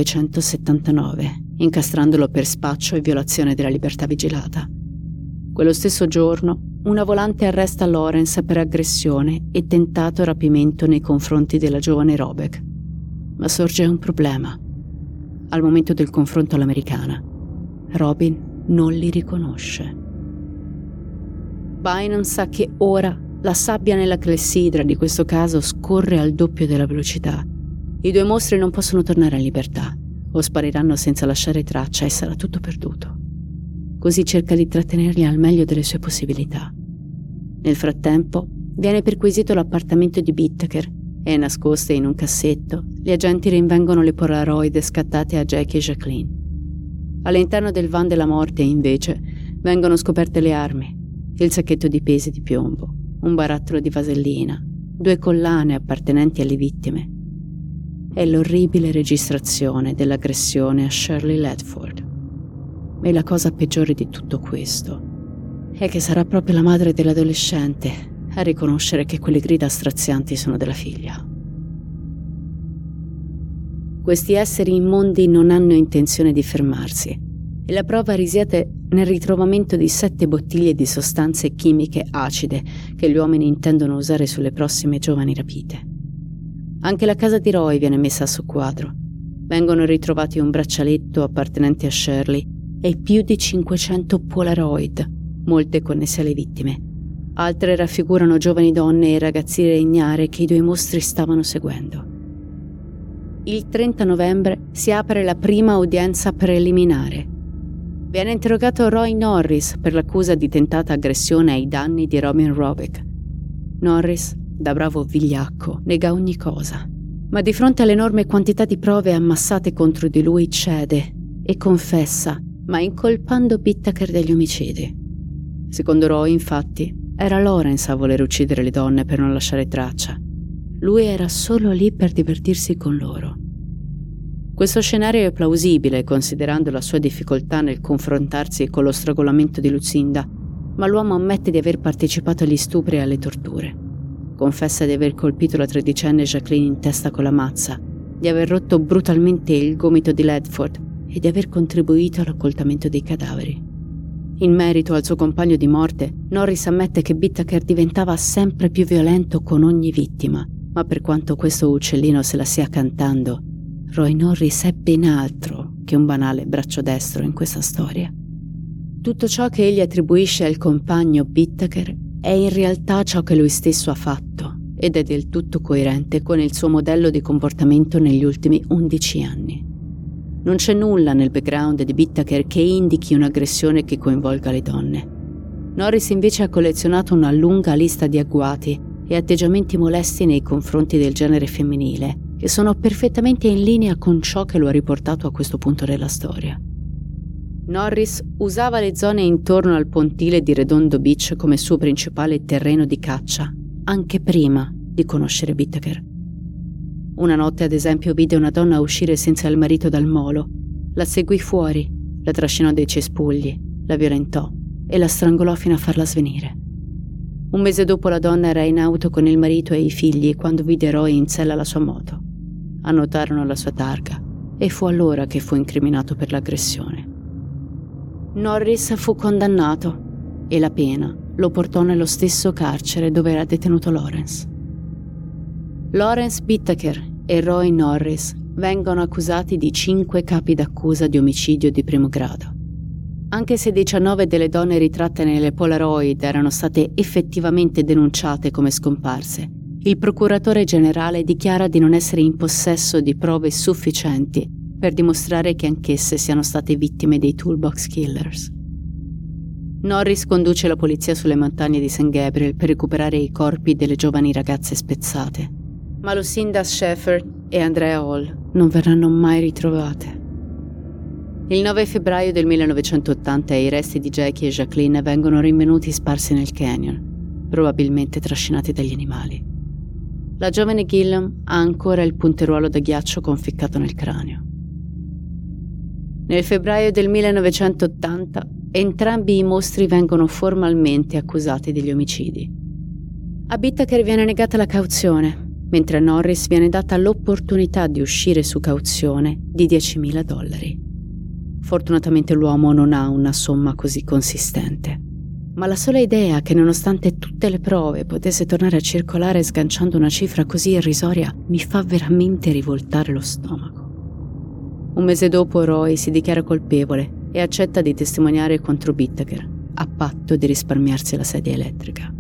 Speaker 2: 1979, incastrandolo per spaccio e violazione della libertà vigilata. Quello stesso giorno, una volante arresta Lawrence per aggressione e tentato rapimento nei confronti della giovane Robeck. Ma sorge un problema. Al momento del confronto all'americana, Robin non li riconosce. Bynum sa che ora la sabbia nella clessidra di questo caso scorre al doppio della velocità. I 2 mostri non possono tornare in libertà o spariranno senza lasciare traccia e sarà tutto perduto. Così cerca di trattenerli al meglio delle sue possibilità. Nel frattempo viene perquisito l'appartamento di Bittaker e, nascoste in un cassetto, gli agenti rinvengono le Polaroid scattate a Jackie e Jacqueline. All'interno del van della morte, invece, vengono scoperte le armi, il sacchetto di pesi di piombo, un barattolo di vasellina, 2 collane appartenenti alle vittime e l'orribile registrazione dell'aggressione a Shirley Ledford. E la cosa peggiore di tutto questo è che sarà proprio la madre dell'adolescente a riconoscere che quelle grida strazianti sono della figlia. Questi esseri immondi non hanno intenzione di fermarsi e la prova risiede nel ritrovamento di 7 bottiglie di sostanze chimiche acide che gli uomini intendono usare sulle prossime giovani rapite. Anche la casa di Roy viene messa a soqquadro. Vengono ritrovati un braccialetto appartenente a Shirley e più di 500 Polaroid, molte connesse alle vittime. Altre raffigurano giovani donne e ragazzine ignare che i 2 mostri stavano seguendo. Il 30 novembre si apre la prima udienza preliminare. Viene interrogato Roy Norris per l'accusa di tentata aggressione ai danni di Robin Robeck. Norris, da bravo vigliacco, nega ogni cosa, ma di fronte all'enorme quantità di prove ammassate contro di lui cede e confessa, ma incolpando Bittaker degli omicidi. Secondo Roy, infatti, era Lawrence a voler uccidere le donne per non lasciare traccia. Lui era solo lì per divertirsi con loro. Questo scenario è plausibile considerando la sua difficoltà nel confrontarsi con lo strangolamento di Lucinda, ma l'uomo ammette di aver partecipato agli stupri e alle torture. confessa di aver colpito la 13enne Jacqueline in testa con la mazza, di aver rotto brutalmente il gomito di Ledford e di aver contribuito all'occultamento dei cadaveri. In merito al suo compagno di morte, Norris ammette che Whittaker diventava sempre più violento con ogni vittima, ma per quanto questo uccellino se la stia cantando, Roy Norris è ben altro che un banale braccio destro in questa storia. Tutto ciò che egli attribuisce al compagno Whittaker è in realtà ciò che lui stesso ha fatto ed è del tutto coerente con il suo modello di comportamento negli ultimi 11 anni. Non c'è nulla nel background di Whittaker che indichi un'aggressione che coinvolga le donne. Norris invece ha collezionato una lunga lista di agguati e atteggiamenti molesti nei confronti del genere femminile, che sono perfettamente in linea con ciò che lo ha riportato a questo punto della storia. Norris usava le zone intorno al pontile di Redondo Beach come suo principale terreno di caccia, anche prima di conoscere Whittaker. Una notte, ad esempio, vide una donna uscire senza il marito dal molo, la seguì fuori, la trascinò dai cespugli, la violentò e la strangolò fino a farla svenire. Un mese dopo la donna era in auto con il marito e i figli quando vide Roy in sella alla sua moto. Annotarono la sua targa e fu allora che fu incriminato per l'aggressione. Norris fu condannato e la pena lo portò nello stesso carcere dove era detenuto Lawrence. Lawrence Whittaker e Roy Norris vengono accusati di 5 capi d'accusa di omicidio di primo grado. Anche se 19 delle donne ritratte nelle Polaroid erano state effettivamente denunciate come scomparse, il procuratore generale dichiara di non essere in possesso di prove sufficienti per dimostrare che anch'esse siano state vittime dei Toolbox Killers. Norris conduce la polizia sulle montagne di St. Gabriel per recuperare i corpi delle giovani ragazze spezzate, ma Lucinda Shepherd e Andrea Hall non verranno mai ritrovate. Il 9 febbraio del 1980 i resti di Jackie e Jacqueline vengono rinvenuti sparsi nel canyon, probabilmente trascinati dagli animali. La giovane Gilliam ha ancora il punteruolo da ghiaccio conficcato nel cranio. Nel febbraio del 1980 entrambi i mostri vengono formalmente accusati degli omicidi. A Whittaker viene negata la cauzione, mentre a Norris viene data l'opportunità di uscire su cauzione di $10.000. Fortunatamente l'uomo non ha una somma così consistente, ma la sola idea che nonostante tutte le prove potesse tornare a circolare sganciando una cifra così irrisoria mi fa veramente rivoltare lo stomaco. Un mese dopo Roy si dichiara colpevole e accetta di testimoniare contro Whittaker, a patto di risparmiarsi la sedia elettrica.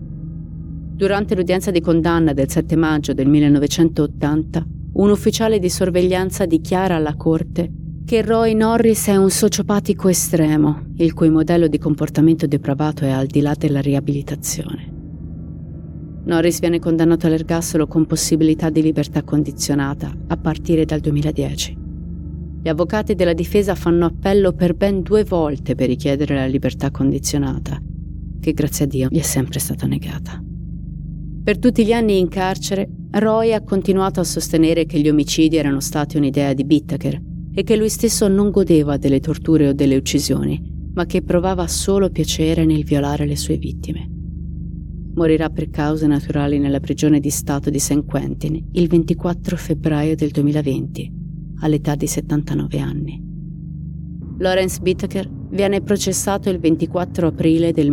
Speaker 2: Durante l'udienza di condanna del 7 maggio del 1980, un ufficiale di sorveglianza dichiara alla corte che Roy Norris è un sociopatico estremo, il cui modello di comportamento depravato è al di là della riabilitazione. Norris viene condannato all'ergastolo con possibilità di libertà condizionata a partire dal 2010. Gli avvocati della difesa fanno appello per ben 2 volte per richiedere la libertà condizionata, che grazie a Dio gli è sempre stata negata. Per tutti gli anni in carcere, Roy ha continuato a sostenere che gli omicidi erano stati un'idea di Whittaker e che lui stesso non godeva delle torture o delle uccisioni, ma che provava solo piacere nel violare le sue vittime. Morirà per cause naturali nella prigione di Stato di San Quentin il 24 febbraio del 2020, all'età di 79 anni. Lawrence Whittaker viene processato il 24 aprile del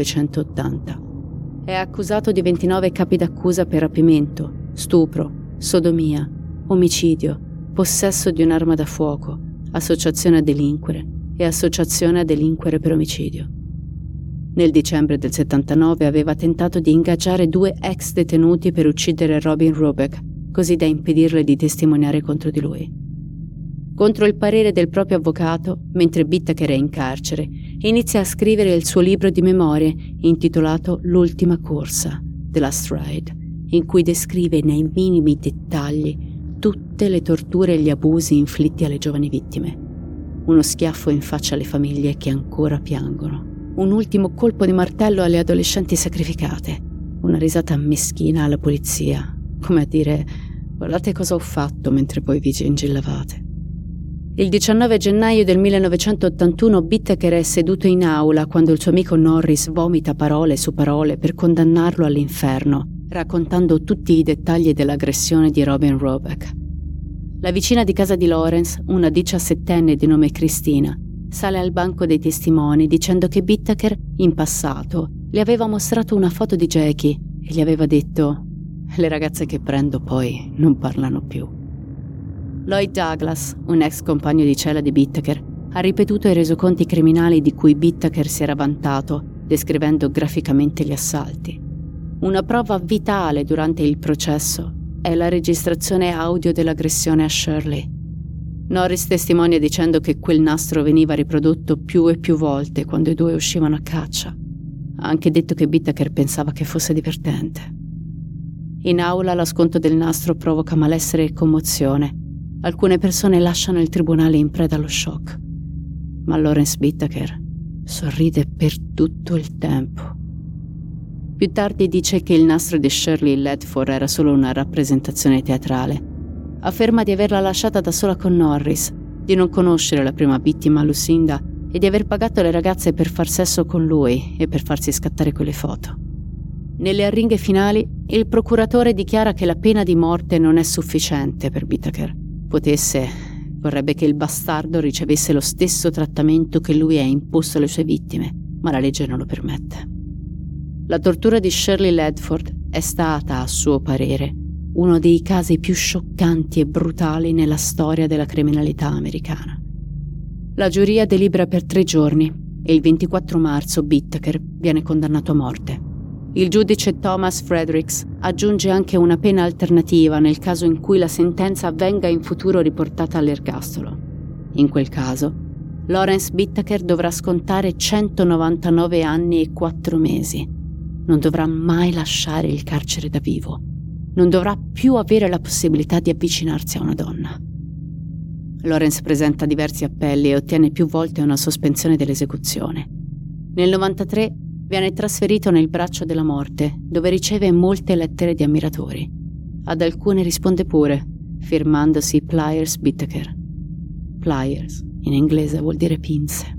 Speaker 2: 1980. È accusato di 29 capi d'accusa per rapimento, stupro, sodomia, omicidio, possesso di un'arma da fuoco, associazione a delinquere e associazione a delinquere per omicidio. Nel dicembre del 79 aveva tentato di ingaggiare 2 ex detenuti per uccidere Robin Roebuck, così da impedirle di testimoniare contro di lui. Contro il parere del proprio avvocato, mentre Whittaker è in carcere, inizia a scrivere il suo libro di memorie intitolato L'ultima corsa, The Last Ride, in cui descrive nei minimi dettagli tutte le torture e gli abusi inflitti alle giovani vittime. Uno schiaffo in faccia alle famiglie che ancora piangono, un ultimo colpo di martello alle adolescenti sacrificate, una risata meschina alla polizia, come a dire «guardate cosa ho fatto mentre voi vi gingillavate». Il 19 gennaio del 1981 Whittaker è seduto in aula quando il suo amico Norris vomita parole su parole per condannarlo all'inferno raccontando tutti i dettagli dell'aggressione di Robin Roebuck. La vicina di casa di Lawrence, una 17enne di nome Christina, sale al banco dei testimoni dicendo che Whittaker, in passato, le aveva mostrato una foto di Jackie e gli aveva detto: «Le ragazze che prendo poi non parlano più». Lloyd Douglas, un ex compagno di cella di Whittaker, ha ripetuto i resoconti criminali di cui Whittaker si era vantato, descrivendo graficamente gli assalti. Una prova vitale durante il processo è la registrazione audio dell'aggressione a Shirley. Norris testimonia dicendo che quel nastro veniva riprodotto più e più volte quando i due uscivano a caccia. Ha anche detto che Whittaker pensava che fosse divertente. In aula l'ascolto del nastro provoca malessere e commozione. Alcune persone lasciano il tribunale in preda allo shock. Ma Lawrence Whittaker sorride per tutto il tempo. Più tardi dice che il nastro di Shirley Ledford era solo una rappresentazione teatrale. Afferma di averla lasciata da sola con Norris, di non conoscere la prima vittima, Lucinda, e di aver pagato le ragazze per far sesso con lui e per farsi scattare quelle foto. Nelle arringhe finali, il procuratore dichiara che la pena di morte non è sufficiente per Whittaker. Vorrebbe che il bastardo ricevesse lo stesso trattamento che lui ha imposto alle sue vittime, ma la legge non lo permette. La tortura di Shirley Ledford è stata, a suo parere, uno dei casi più scioccanti e brutali nella storia della criminalità americana. La giuria delibera per 3 giorni e il 24 marzo Whittaker viene condannato a morte. Il giudice Thomas Fredericks aggiunge anche una pena alternativa nel caso in cui la sentenza venga in futuro riportata all'ergastolo. In quel caso, Lawrence Whittaker dovrà scontare 199 anni e 4 mesi. Non dovrà mai lasciare il carcere da vivo. Non dovrà più avere la possibilità di avvicinarsi a una donna. Lawrence presenta diversi appelli e ottiene più volte una sospensione dell'esecuzione. Nel 93 viene trasferito nel braccio della morte, dove riceve molte lettere di ammiratori. Ad alcune risponde pure, firmandosi Pliers Whittaker. Pliers, in inglese, vuol dire pinze.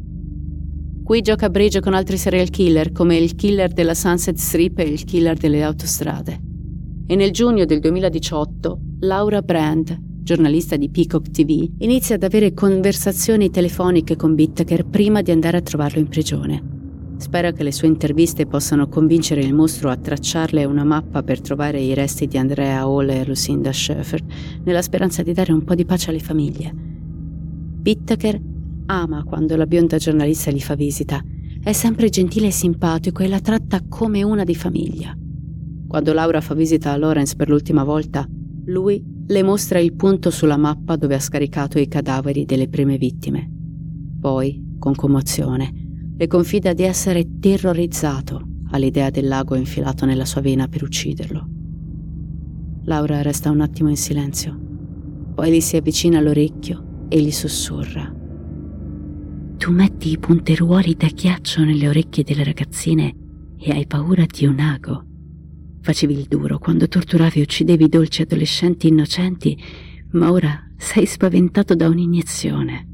Speaker 2: Qui gioca a bridge con altri serial killer, come il killer della Sunset Strip e il killer delle autostrade. E nel giugno del 2018, Laura Brand, giornalista di Peacock TV, inizia ad avere conversazioni telefoniche con Whittaker prima di andare a trovarlo in prigione. Spera che le sue interviste possano convincere il mostro a tracciarle una mappa per trovare i resti di Andrea Hall e Lucinda Schaeffer, nella speranza di dare un po' di pace alle famiglie. Whittaker ama quando la bionda giornalista gli fa visita. È sempre gentile e simpatico e la tratta come una di famiglia. Quando Laura fa visita a Lawrence per l'ultima volta, lui le mostra il punto sulla mappa dove ha scaricato i cadaveri delle prime vittime. Poi, con commozione, le confida di essere terrorizzato all'idea del lago infilato nella sua vena per ucciderlo. Laura resta un attimo in silenzio, poi gli si avvicina all'orecchio e gli sussurra: «Tu metti i punteruoli da ghiaccio nelle orecchie delle ragazzine e hai paura di un ago. Facevi il duro quando torturavi e uccidevi dolci adolescenti innocenti, ma ora sei spaventato da un'iniezione.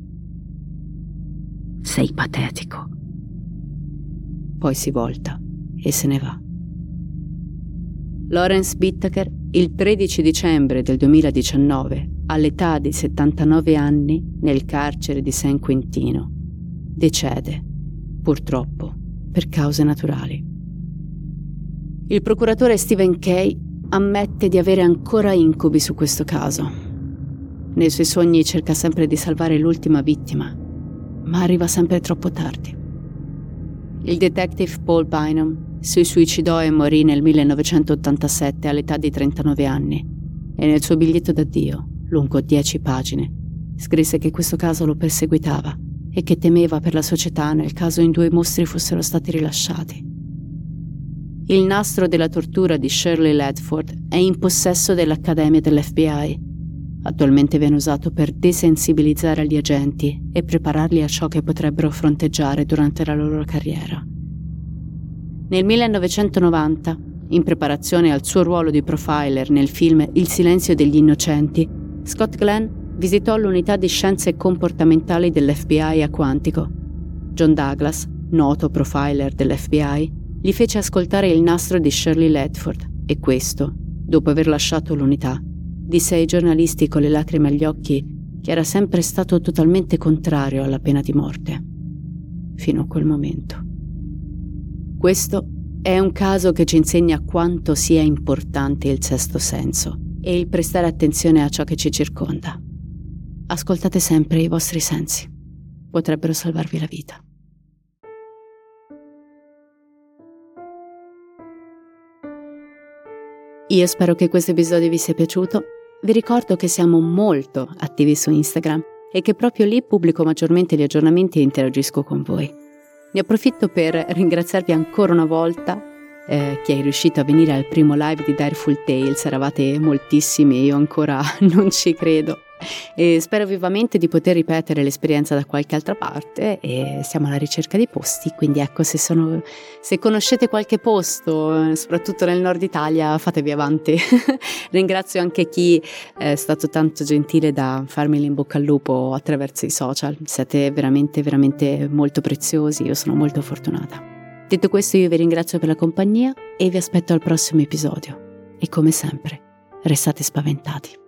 Speaker 2: Sei patetico». Poi si volta e se ne va. Lawrence Whittaker, il 13 dicembre del 2019, all'età di 79 anni, nel carcere di San Quintino, decede, purtroppo, per cause naturali. Il procuratore Stephen Kay ammette di avere ancora incubi su questo caso. Nei suoi sogni cerca sempre di salvare l'ultima vittima, ma arriva sempre troppo tardi. Il detective Paul Bynum si suicidò e morì nel 1987 all'età di 39 anni e nel suo biglietto d'addio, lungo 10 pagine, scrisse che questo caso lo perseguitava e che temeva per la società nel caso in 2 mostri fossero stati rilasciati. Il nastro della tortura di Shirley Ledford è in possesso dell'Accademia dell'FBI. Attualmente viene usato per desensibilizzare gli agenti e prepararli a ciò che potrebbero fronteggiare durante la loro carriera. Nel 1990, in preparazione al suo ruolo di profiler nel film Il silenzio degli innocenti, Scott Glenn visitò l'unità di scienze comportamentali dell'FBI a Quantico. John Douglas, noto profiler dell'FBI, gli fece ascoltare il nastro di Shirley Ledford E questo, dopo aver lasciato l'unità, disse ai giornalisti con le lacrime agli occhi che era sempre stato totalmente contrario alla pena di morte, fino a quel momento. Questo è un caso che ci insegna quanto sia importante il sesto senso e il prestare attenzione a ciò che ci circonda. Ascoltate sempre i vostri sensi, potrebbero salvarvi la vita. Io spero che questo episodio vi sia piaciuto. Vi ricordo che siamo molto attivi su Instagram e che proprio lì pubblico maggiormente gli aggiornamenti e interagisco con voi. Ne approfitto per ringraziarvi ancora una volta chi è riuscito a venire al primo live di Direful Tales. Eravate moltissimi, io ancora non ci credo. E spero vivamente di poter ripetere l'esperienza da qualche altra parte e siamo alla ricerca di posti, quindi ecco, se conoscete qualche posto, soprattutto nel nord Italia, fatevi avanti. Ringrazio anche chi è stato tanto gentile da farmi l'in bocca al lupo attraverso i social, siete veramente veramente molto preziosi, io sono molto fortunata. Detto questo, io vi ringrazio per la compagnia e vi aspetto al prossimo episodio e come sempre restate spaventati.